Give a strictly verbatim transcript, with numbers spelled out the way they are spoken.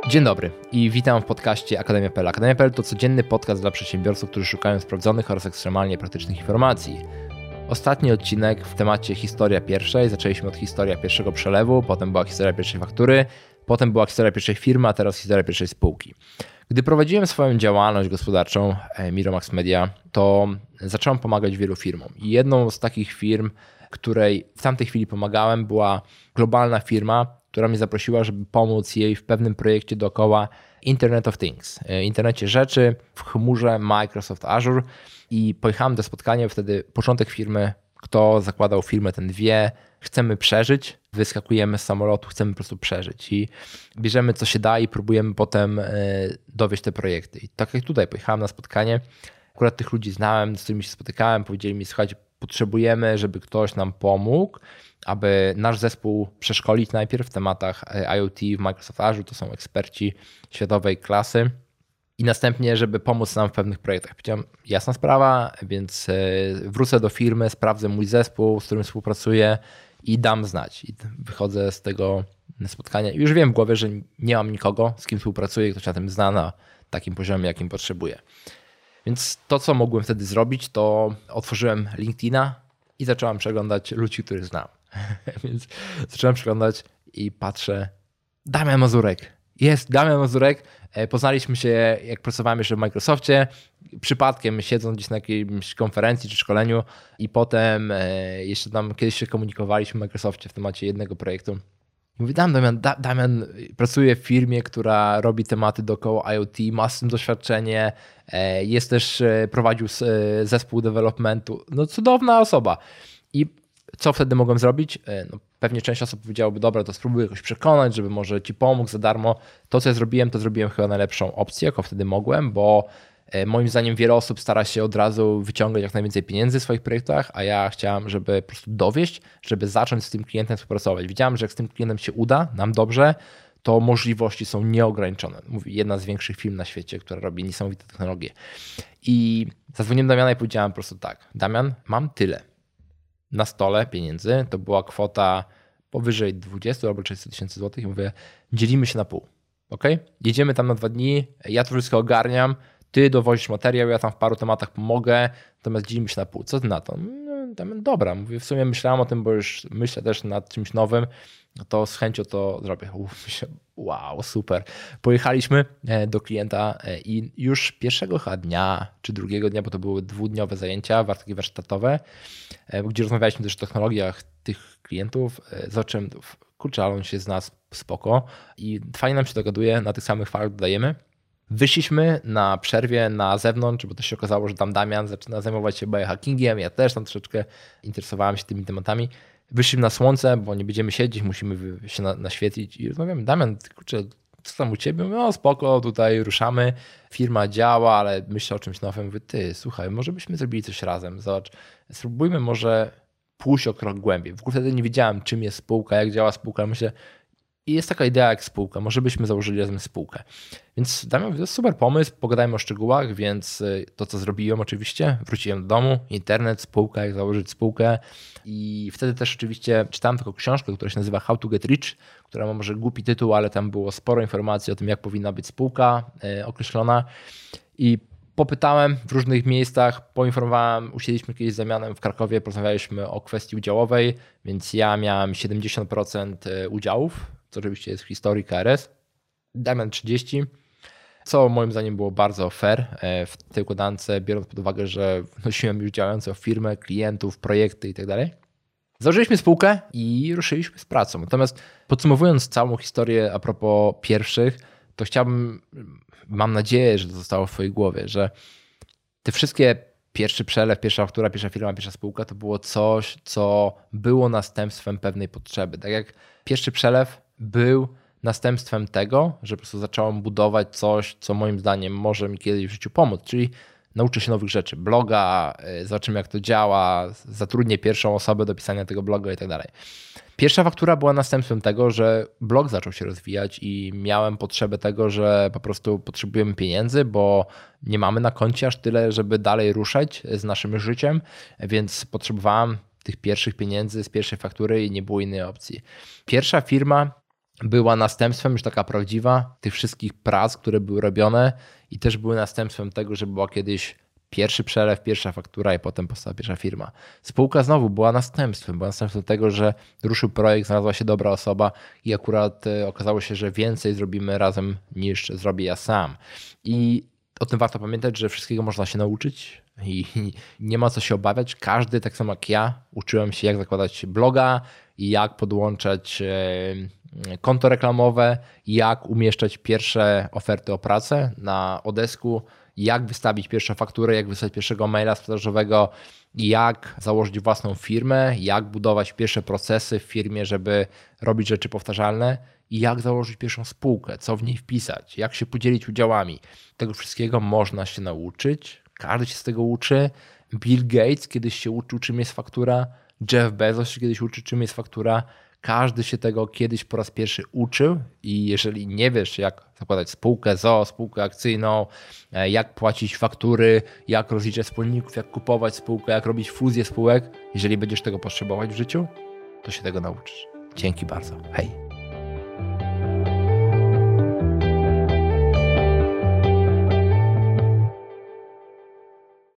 Dzień dobry i witam w podcaście Akademia kropka pe el. Akademia kropka pe el to codzienny podcast dla przedsiębiorców, którzy szukają sprawdzonych oraz ekstremalnie praktycznych informacji. Ostatni odcinek w temacie historia pierwszej. Zaczęliśmy od historia pierwszego przelewu, potem była historia pierwszej faktury, potem była historia pierwszej firmy, a teraz historia pierwszej spółki. Gdy prowadziłem swoją działalność gospodarczą Miromax Media, to zacząłem pomagać wielu firmom. I jedną z takich firm, której w tamtej chwili pomagałem, była globalna firma, która mnie zaprosiła, żeby pomóc jej w pewnym projekcie dookoła Internet of Things, internecie rzeczy w chmurze Microsoft Azure. I pojechałem do spotkania, wtedy początek firmy, kto zakładał firmę, ten wie, chcemy przeżyć, wyskakujemy z samolotu, chcemy po prostu przeżyć i bierzemy co się da i próbujemy potem dowieść te projekty. I tak jak tutaj pojechałem na spotkanie, akurat tych ludzi znałem, z którymi się spotykałem, powiedzieli mi, słuchajcie, potrzebujemy, żeby ktoś nam pomógł, aby nasz zespół przeszkolić najpierw w tematach IoT w Microsoft Azure, to są eksperci światowej klasy, i następnie, żeby pomóc nam w pewnych projektach. Powiedziałem, jasna sprawa, więc wrócę do firmy, sprawdzę mój zespół, z którym współpracuję i dam znać. I wychodzę z tego spotkania i już wiem w głowie, że nie mam nikogo, z kim współpracuję, ktoś na tym zna na takim poziomie, jakim potrzebuję. Więc to, co mogłem wtedy zrobić, to otworzyłem LinkedIna i zacząłem przeglądać ludzi, których znam. Więc zacząłem przeglądać i patrzę, Damian Mazurek. Jest Damian Mazurek. Poznaliśmy się, jak pracowałem jeszcze w Microsoftie, przypadkiem siedząc gdzieś na jakiejś konferencji czy szkoleniu i potem jeszcze tam kiedyś się komunikowaliśmy w Microsoftie w temacie jednego projektu. I mówię, Damian, da, Damian pracuje w firmie, która robi tematy dookoła IoT, ma z tym doświadczenie, jest też, prowadził zespół developmentu. No cudowna osoba. I co wtedy mogłem zrobić? No, pewnie część osób powiedziałoby, dobra, to spróbuję jakoś przekonać, żeby może ci pomógł za darmo. To, co ja zrobiłem, to zrobiłem chyba najlepszą opcję, jaką wtedy mogłem, bo moim zdaniem wiele osób stara się od razu wyciągać jak najwięcej pieniędzy w swoich projektach, a ja chciałem, żeby po prostu dowieść, żeby zacząć z tym klientem współpracować. Widziałem, że jak z tym klientem się uda, nam dobrze, to możliwości są nieograniczone. Mówię, jedna z większych firm na świecie, która robi niesamowite technologie. I zadzwoniłem do Damiana i powiedziałem po prostu tak, Damian, mam tyle na stole pieniędzy, to była kwota powyżej dwadzieścia albo trzydzieści tysięcy złotych i mówię, dzielimy się na pół, ok? Jedziemy tam na dwa dni, ja to wszystko ogarniam, ty dowozisz materiał, ja tam w paru tematach pomogę, natomiast dzielimy się na pół. Co ty na to? No, tam, dobra, mówię, w sumie myślałem o tym, bo już myślę też nad czymś nowym, to z chęcią to zrobię. Uf, myślę, wow, super. Pojechaliśmy do klienta i już pierwszego chyba dnia, czy drugiego dnia, bo to były dwudniowe zajęcia, takie warsztatowe, gdzie rozmawialiśmy też o technologiach tych klientów, zobaczyłem, kurczę, ale on się z nas spoko i fajnie nam się dogaduje, na tych samych falach dodajemy. Wyszliśmy na przerwie na zewnątrz, bo to się okazało, że tam Damian zaczyna zajmować się biohackingiem, ja też tam troszeczkę interesowałem się tymi tematami. Wyszliśmy na słońce, bo nie będziemy siedzieć, musimy się na, naświetlić i rozmawiamy, Damian, kurczę, co tam u ciebie? No spoko, tutaj ruszamy, firma działa, ale myślę o czymś nowym. Mówię, ty, słuchaj, może byśmy zrobili coś razem, zobacz, spróbujmy może pójść o krok głębiej. W ogóle wtedy nie wiedziałem, czym jest spółka, jak działa spółka, myślę, i jest taka idea jak spółka, może byśmy założyli razem spółkę. Więc Damian, to jest super pomysł, pogadajmy o szczegółach, więc to, co zrobiłem oczywiście, wróciłem do domu, internet, spółka, jak założyć spółkę i wtedy też oczywiście czytałem taką książkę, która się nazywa How to Get Rich, która ma może głupi tytuł, ale tam było sporo informacji o tym, jak powinna być spółka yy, określona i popytałem w różnych miejscach, poinformowałem, usiedliśmy kiedyś z Damianem w Krakowie, porozmawialiśmy o kwestii udziałowej, więc ja miałem siedemdziesiąt procent udziałów, co oczywiście jest w historii K R S, Damian trzydzieści procent, co moim zdaniem było bardzo fair w tej układance, biorąc pod uwagę, że wnosiłem już działającą firmę, klientów, projekty i tak dalej. Założyliśmy spółkę i ruszyliśmy z pracą. Natomiast podsumowując całą historię a propos pierwszych, to chciałbym, mam nadzieję, że to zostało w twojej głowie, że te wszystkie pierwszy przelew, pierwsza faktura, pierwsza firma, pierwsza spółka to było coś, co było następstwem pewnej potrzeby. Tak jak pierwszy przelew był następstwem tego, że po prostu zacząłem budować coś, co moim zdaniem może mi kiedyś w życiu pomóc, czyli nauczę się nowych rzeczy, bloga, zobaczymy jak to działa, zatrudnię pierwszą osobę do pisania tego bloga i tak dalej. Pierwsza faktura była następstwem tego, że blog zaczął się rozwijać i miałem potrzebę tego, że po prostu potrzebujemy pieniędzy, bo nie mamy na koncie aż tyle, żeby dalej ruszać z naszym życiem, więc potrzebowałem tych pierwszych pieniędzy z pierwszej faktury i nie było innej opcji. Pierwsza firma była następstwem już taka prawdziwa tych wszystkich prac, które były robione i też były następstwem tego, że była kiedyś pierwszy przelew, pierwsza faktura i potem powstała pierwsza firma. Spółka znowu była następstwem, była następstwem tego, że ruszył projekt, znalazła się dobra osoba i akurat okazało się, że więcej zrobimy razem niż zrobię ja sam. I o tym warto pamiętać, że wszystkiego można się nauczyć i nie ma co się obawiać. Każdy, tak samo jak ja, uczyłem się jak zakładać bloga i jak podłączać konto reklamowe, jak umieszczać pierwsze oferty o pracę na Odesku, jak wystawić pierwszą fakturę, jak wysłać pierwszego maila sprzedażowego, jak założyć własną firmę, jak budować pierwsze procesy w firmie, żeby robić rzeczy powtarzalne i jak założyć pierwszą spółkę, co w niej wpisać, jak się podzielić udziałami. Tego wszystkiego można się nauczyć, każdy się z tego uczy. Bill Gates kiedyś się uczył, czym jest faktura, Jeff Bezos się kiedyś uczy, czym jest faktura. Każdy się tego kiedyś po raz pierwszy uczył i jeżeli nie wiesz, jak zakładać spółkę z o o, spółkę akcyjną, jak płacić faktury, jak rozliczać wspólników, jak kupować spółkę, jak robić fuzję spółek, jeżeli będziesz tego potrzebować w życiu, to się tego nauczysz. Dzięki bardzo. Hej.